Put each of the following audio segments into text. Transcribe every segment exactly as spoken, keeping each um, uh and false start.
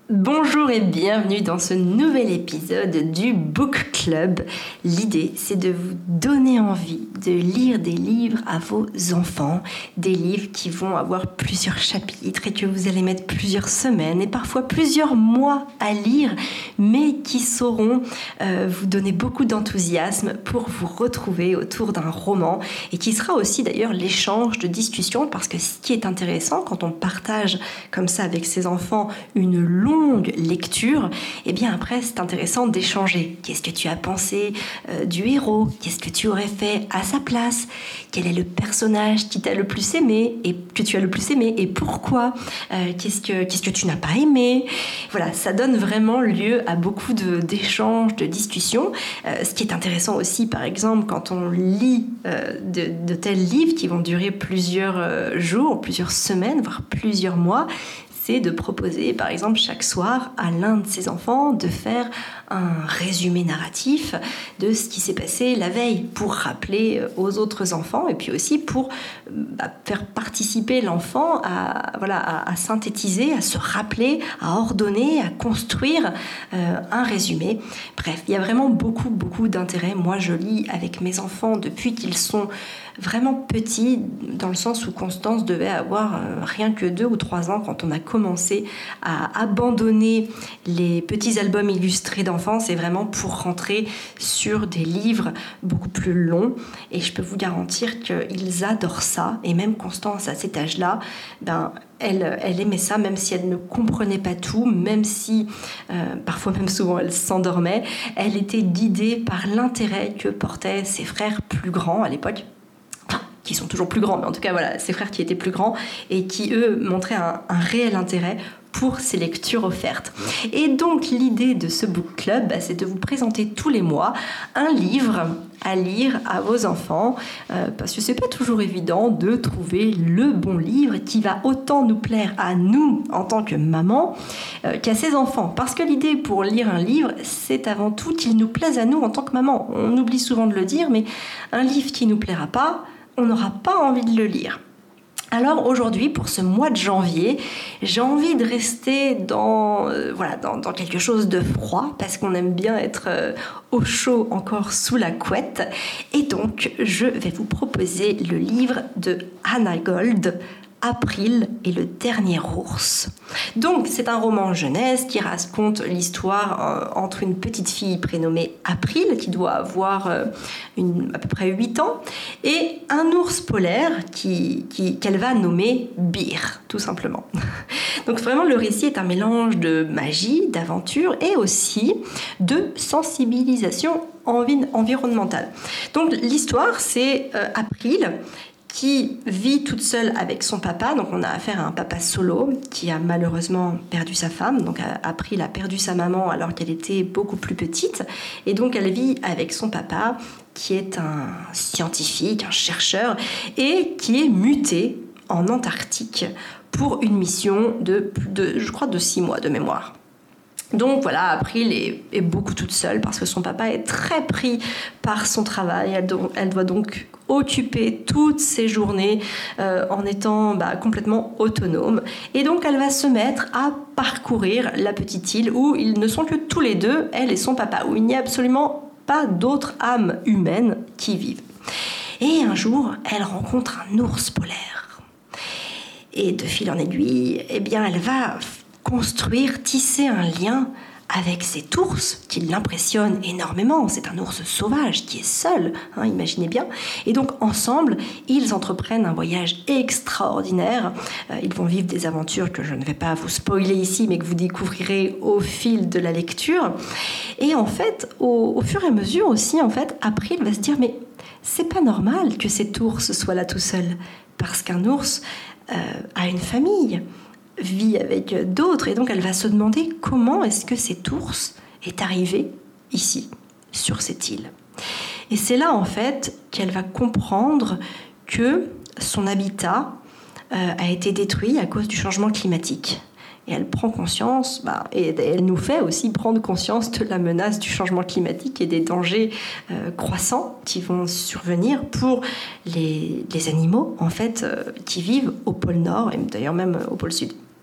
Bonjour et bienvenue dans ce nouvel épisode du Book Club. L'idée, c'est de vous donner envie de lire des livres à vos enfants, des livres qui vont avoir plusieurs chapitres et que vous allez mettre plusieurs semaines et parfois plusieurs mois à lire, mais qui sauront euh, vous donner beaucoup d'enthousiasme pour vous retrouver autour d'un roman et qui sera aussi d'ailleurs l'échange de discussion, parce que ce qui est intéressant quand on partage comme ça avec ses enfants une longue longue lecture, et eh bien après c'est intéressant d'échanger. Qu'est-ce que tu as pensé euh, du héros? Qu'est-ce que tu aurais fait à sa place? Quel est le personnage qui t'a le plus aimé et que tu as le plus aimé et pourquoi? euh, qu'est-ce que qu'est-ce que tu n'as pas aimé? Voilà, ça donne vraiment lieu à beaucoup de, d'échanges, de discussions. Euh, ce qui est intéressant aussi, par exemple, quand on lit euh, de, de tels livres qui vont durer plusieurs euh, jours, plusieurs semaines, voire plusieurs mois, c'est de proposer, par exemple, chaque soir à l'un de ses enfants de faire un résumé narratif de ce qui s'est passé la veille pour rappeler aux autres enfants et puis aussi pour bah, faire participer l'enfant à, voilà, à, à synthétiser, à se rappeler, à ordonner, à construire euh, un résumé. Bref, il y a vraiment beaucoup, beaucoup d'intérêt. Moi, je lis avec mes enfants depuis qu'ils sont vraiment petits, dans le sens où Constance devait avoir euh, rien que deux ou trois ans quand on a commencé à abandonner les petits albums illustrés d'enfants. C'est vraiment pour rentrer sur des livres beaucoup plus longs, et je peux vous garantir qu'ils adorent ça. Et même Constance, à cet âge-là, ben, Elle, elle aimait ça, même si elle ne comprenait pas tout, même si, euh, parfois même souvent, elle s'endormait. Elle était guidée par l'intérêt que portaient ses frères plus grands à l'époque, enfin, qui sont toujours plus grands, mais en tout cas, voilà, ses frères qui étaient plus grands et qui, eux, montraient un, un réel intérêt pour ces lectures offertes. Et donc, l'idée de ce book club, bah, c'est de vous présenter tous les mois un livre à lire à vos enfants, euh, parce que c'est pas toujours évident de trouver le bon livre qui va autant nous plaire à nous en tant que maman euh, qu'à ses enfants. Parce que l'idée pour lire un livre, c'est avant tout qu'il nous plaise à nous en tant que maman. On oublie souvent de le dire, mais un livre qui nous plaira pas, on n'aura pas envie de le lire. Alors aujourd'hui, pour ce mois de janvier, j'ai envie de rester dans, euh, voilà, dans, dans quelque chose de froid, parce qu'on aime bien être euh, au chaud encore sous la couette. Et donc, je vais vous proposer le livre de Hannah Gold, April et le dernier ours. Donc, c'est un roman jeunesse qui raconte l'histoire euh, entre une petite fille prénommée April, qui doit avoir euh, une, à peu près huit ans, et un ours polaire qui, qui, qu'elle va nommer Bir, tout simplement. Donc, vraiment, le récit est un mélange de magie, d'aventure et aussi de sensibilisation envi- environnementale. Donc, l'histoire, c'est euh, April qui vit toute seule avec son papa. Donc on a affaire à un papa solo qui a malheureusement perdu sa femme. Donc April a perdu sa maman alors qu'elle était beaucoup plus petite. Et donc elle vit avec son papa qui est un scientifique, un chercheur, et qui est muté en Antarctique pour une mission de, de je crois, de six mois de mémoire. Donc voilà, April est, est beaucoup toute seule parce que son papa est très pris par son travail. Elle, do- elle doit donc occuper toutes ses journées euh, en étant bah, complètement autonome. Et donc elle va se mettre à parcourir la petite île où ils ne sont que tous les deux, elle et son papa, où il n'y a absolument pas d'autres âmes humaines qui vivent. Et un jour, elle rencontre un ours polaire. Et de fil en aiguille, eh bien, elle va construire, tisser un lien avec cet ours qui l'impressionne énormément. C'est un ours sauvage qui est seul, hein, imaginez bien. Et donc ensemble, ils entreprennent un voyage extraordinaire. Euh, ils vont vivre des aventures que je ne vais pas vous spoiler ici, mais que vous découvrirez au fil de la lecture. Et en fait, au, au fur et à mesure aussi, en fait, April va se dire, mais c'est pas normal que cet ours soit là tout seul, parce qu'un ours euh, a une famille, vit avec d'autres, et donc elle va se demander comment est-ce que cet ours est arrivé ici, sur cette île. Et c'est là en fait qu'elle va comprendre que son habitat euh, a été détruit à cause du changement climatique. Et elle prend conscience, bah, et elle nous fait aussi prendre conscience de la menace du changement climatique et des dangers euh, croissants qui vont survenir pour les, les animaux en fait, euh, qui vivent au pôle Nord et d'ailleurs même au pôle Sud.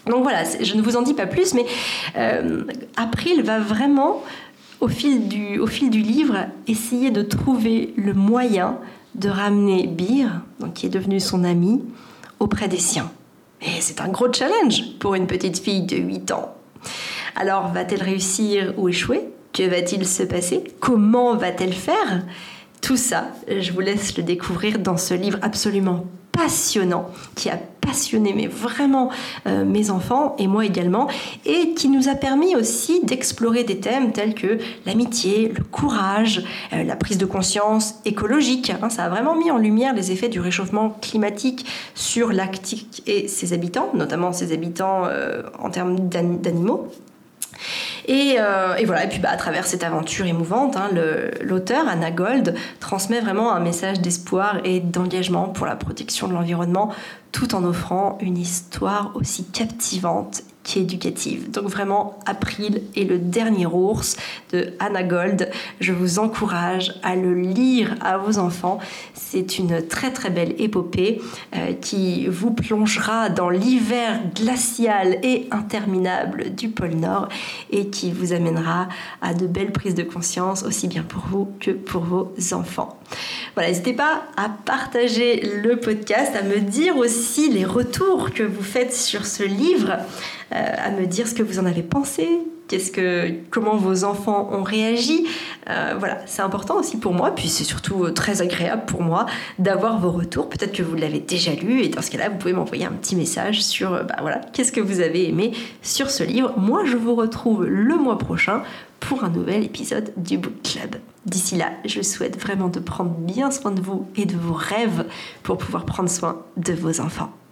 Donc voilà, je ne vous en dis pas plus, mais euh, April va vraiment, au fil, du, au fil du livre, essayer de trouver le moyen de ramener Bir, donc qui est devenu son ami, auprès des siens. Et c'est un gros challenge pour une petite fille de huit ans. Alors, va-t-elle réussir ou échouer ? Que va-t-il se passer ? Comment va-t-elle faire ? Tout ça, je vous laisse le découvrir dans ce livre absolument passionnant, qui a passionné mais vraiment euh, mes enfants et moi également, et qui nous a permis aussi d'explorer des thèmes tels que l'amitié, le courage, euh, la prise de conscience écologique. Hein, ça a vraiment mis en lumière les effets du réchauffement climatique sur l'Arctique et ses habitants, notamment ses habitants euh, en termes d'an- d'animaux. Et, euh, et voilà, et puis bah, à travers cette aventure émouvante, hein, le, l'auteur, Anna Gold, transmet vraiment un message d'espoir et d'engagement pour la protection de l'environnement, tout en offrant une histoire aussi captivante qu'éducative. Donc vraiment, April et le dernier ours de Anna Gold, je vous encourage à le lire à vos enfants. C'est une très très belle épopée euh, qui vous plongera dans l'hiver glacial et interminable du pôle Nord et qui vous amènera à de belles prises de conscience, aussi bien pour vous que pour vos enfants. Voilà, n'hésitez pas à partager le podcast, à me dire aussi les retours que vous faites sur ce livre, euh, à me dire ce que vous en avez pensé, qu'est-ce que, comment vos enfants ont réagi. Euh, voilà, c'est important aussi pour moi, puis c'est surtout très agréable pour moi d'avoir vos retours. Peut-être que vous l'avez déjà lu et dans ce cas-là, vous pouvez m'envoyer un petit message sur bah, voilà, qu'est-ce que vous avez aimé sur ce livre. Moi, je vous retrouve le mois prochain pour un nouvel épisode du Book Club. D'ici là, je souhaite vraiment de prendre bien soin de vous et de vos rêves pour pouvoir prendre soin de vos enfants.